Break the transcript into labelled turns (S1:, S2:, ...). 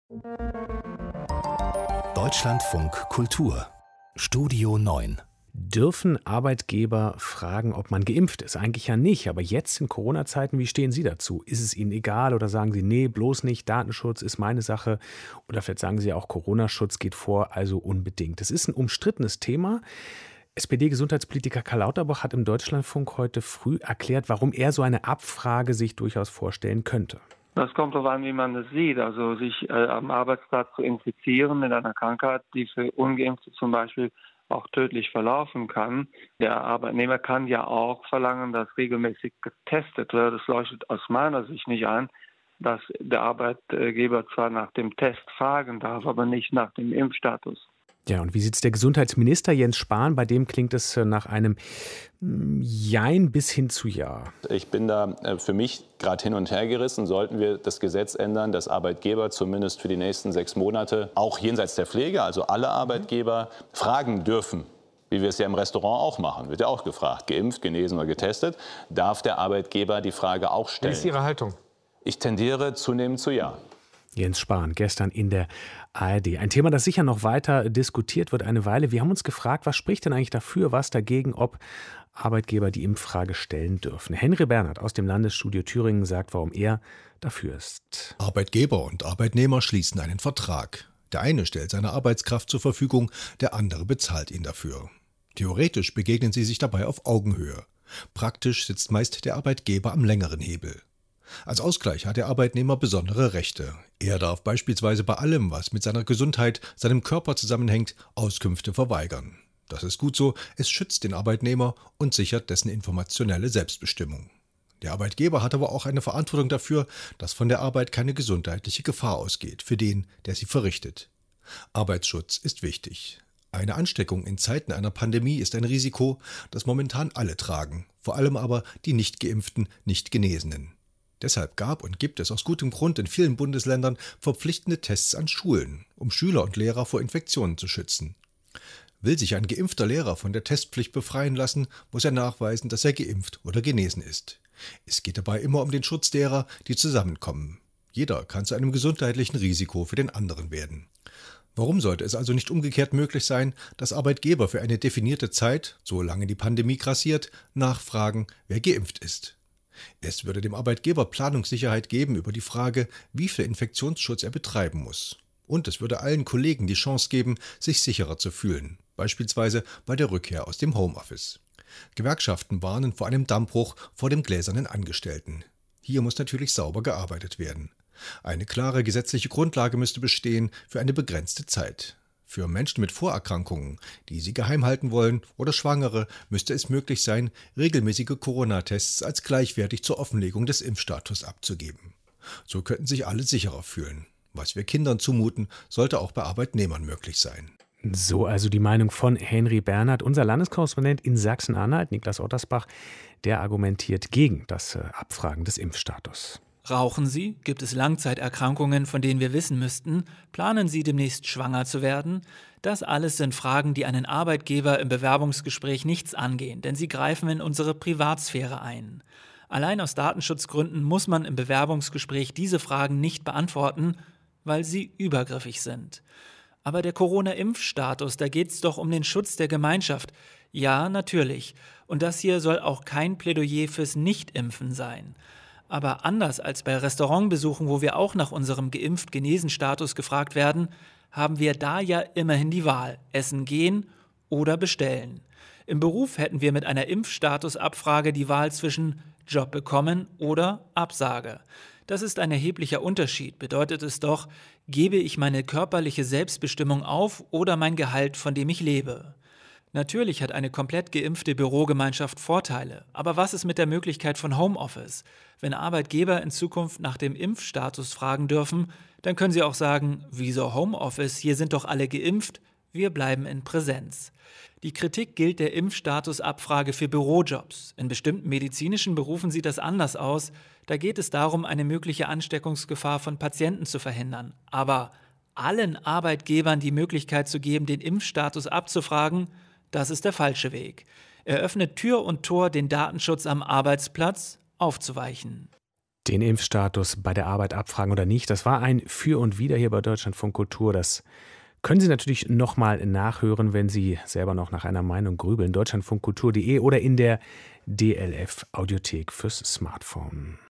S1: Deutschlandfunk Kultur Studio 9.
S2: Dürfen Arbeitgeber fragen, ob man geimpft ist? Eigentlich ja nicht, aber jetzt in Corona-Zeiten, wie stehen Sie dazu? Ist es Ihnen egal oder sagen Sie, nee, bloß nicht, Datenschutz ist meine Sache? Oder vielleicht sagen Sie auch, Corona-Schutz geht vor, also unbedingt. Es ist ein umstrittenes Thema. SPD-Gesundheitspolitiker Karl Lauterbach hat im Deutschlandfunk heute früh erklärt, warum er so eine Abfrage sich durchaus vorstellen könnte.
S3: Das kommt darauf an, wie man es sieht. Also sich am Arbeitsplatz zu infizieren mit einer Krankheit, die für Ungeimpfte zum Beispiel auch tödlich verlaufen kann. Der Arbeitnehmer kann ja auch verlangen, dass regelmäßig getestet wird. Es leuchtet aus meiner Sicht nicht ein, dass der Arbeitgeber zwar nach dem Test fragen darf, aber nicht nach dem Impfstatus.
S2: Ja, und wie sieht es der Gesundheitsminister Jens Spahn? Bei dem klingt es nach einem Jein bis hin zu Ja.
S4: Ich bin da für mich gerade hin und her gerissen. Sollten wir das Gesetz ändern, dass Arbeitgeber zumindest für die nächsten 6 Monate, auch jenseits der Pflege, also alle Arbeitgeber, fragen dürfen, wie wir es ja im Restaurant auch machen, wird ja auch gefragt, geimpft, genesen oder getestet, darf der Arbeitgeber die Frage auch stellen.
S5: Wie ist Ihre Haltung?
S4: Ich tendiere zunehmend zu Ja.
S2: Jens Spahn, gestern in der ARD. Ein Thema, das sicher noch weiter diskutiert wird eine Weile. Wir haben uns gefragt, was spricht denn eigentlich dafür, was dagegen, ob Arbeitgeber die Impffrage stellen dürfen. Henry Bernhard aus dem Landesstudio Thüringen sagt, warum er dafür ist.
S6: Arbeitgeber und Arbeitnehmer schließen einen Vertrag. Der eine stellt seine Arbeitskraft zur Verfügung, der andere bezahlt ihn dafür. Theoretisch begegnen sie sich dabei auf Augenhöhe. Praktisch sitzt meist der Arbeitgeber am längeren Hebel. Als Ausgleich hat der Arbeitnehmer besondere Rechte. Er darf beispielsweise bei allem, was mit seiner Gesundheit, seinem Körper zusammenhängt, Auskünfte verweigern. Das ist gut so, es schützt den Arbeitnehmer und sichert dessen informationelle Selbstbestimmung. Der Arbeitgeber hat aber auch eine Verantwortung dafür, dass von der Arbeit keine gesundheitliche Gefahr ausgeht für den, der sie verrichtet. Arbeitsschutz ist wichtig. Eine Ansteckung in Zeiten einer Pandemie ist ein Risiko, das momentan alle tragen, vor allem aber die nicht geimpften, nicht Genesenen. Deshalb gab und gibt es aus gutem Grund in vielen Bundesländern verpflichtende Tests an Schulen, um Schüler und Lehrer vor Infektionen zu schützen. Will sich ein geimpfter Lehrer von der Testpflicht befreien lassen, muss er nachweisen, dass er geimpft oder genesen ist. Es geht dabei immer um den Schutz derer, die zusammenkommen. Jeder kann zu einem gesundheitlichen Risiko für den anderen werden. Warum sollte es also nicht umgekehrt möglich sein, dass Arbeitgeber für eine definierte Zeit, solange die Pandemie grassiert, nachfragen, wer geimpft ist? Es würde dem Arbeitgeber Planungssicherheit geben über die Frage, wie viel Infektionsschutz er betreiben muss. Und es würde allen Kollegen die Chance geben, sich sicherer zu fühlen, beispielsweise bei der Rückkehr aus dem Homeoffice. Gewerkschaften warnen vor einem Dammbruch vor dem gläsernen Angestellten. Hier muss natürlich sauber gearbeitet werden. Eine klare gesetzliche Grundlage müsste bestehen für eine begrenzte Zeit. Für Menschen mit Vorerkrankungen, die sie geheim halten wollen, oder Schwangere, müsste es möglich sein, regelmäßige Corona-Tests als gleichwertig zur Offenlegung des Impfstatus abzugeben. So könnten sich alle sicherer fühlen. Was wir Kindern zumuten, sollte auch bei Arbeitnehmern möglich sein.
S2: So also die Meinung von Henry Bernhard. Unser Landeskorrespondent in Sachsen-Anhalt, Niklas Ottersbach, der argumentiert gegen das Abfragen des Impfstatus.
S7: Rauchen Sie? Gibt es Langzeiterkrankungen, von denen wir wissen müssten? Planen Sie demnächst schwanger zu werden? Das alles sind Fragen, die einen Arbeitgeber im Bewerbungsgespräch nichts angehen, denn sie greifen in unsere Privatsphäre ein. Allein aus Datenschutzgründen muss man im Bewerbungsgespräch diese Fragen nicht beantworten, weil sie übergriffig sind. Aber der Corona-Impfstatus, da geht es doch um den Schutz der Gemeinschaft. Ja, natürlich. Und das hier soll auch kein Plädoyer fürs Nichtimpfen sein. Aber anders als bei Restaurantbesuchen, wo wir auch nach unserem Geimpft-Genesen-Status gefragt werden, haben wir da ja immerhin die Wahl: essen gehen oder bestellen. Im Beruf hätten wir mit einer Impfstatusabfrage die Wahl zwischen Job bekommen oder Absage. Das ist ein erheblicher Unterschied. Bedeutet es doch, gebe ich meine körperliche Selbstbestimmung auf oder mein Gehalt, von dem ich lebe? Natürlich hat eine komplett geimpfte Bürogemeinschaft Vorteile. Aber was ist mit der Möglichkeit von Homeoffice? Wenn Arbeitgeber in Zukunft nach dem Impfstatus fragen dürfen, dann können sie auch sagen, wieso Homeoffice, hier sind doch alle geimpft, wir bleiben in Präsenz. Die Kritik gilt der Impfstatusabfrage für Bürojobs. In bestimmten medizinischen Berufen sieht das anders aus. Da geht es darum, eine mögliche Ansteckungsgefahr von Patienten zu verhindern. Aber allen Arbeitgebern die Möglichkeit zu geben, den Impfstatus abzufragen, das ist der falsche Weg. Er öffnet Tür und Tor, den Datenschutz am Arbeitsplatz aufzuweichen.
S2: Den Impfstatus bei der Arbeit abfragen oder nicht, das war ein Für und Wider hier bei Deutschlandfunk Kultur. Das können Sie natürlich nochmal nachhören, wenn Sie selber noch nach einer Meinung grübeln. Deutschlandfunkkultur.de oder in der DLF Audiothek fürs Smartphone.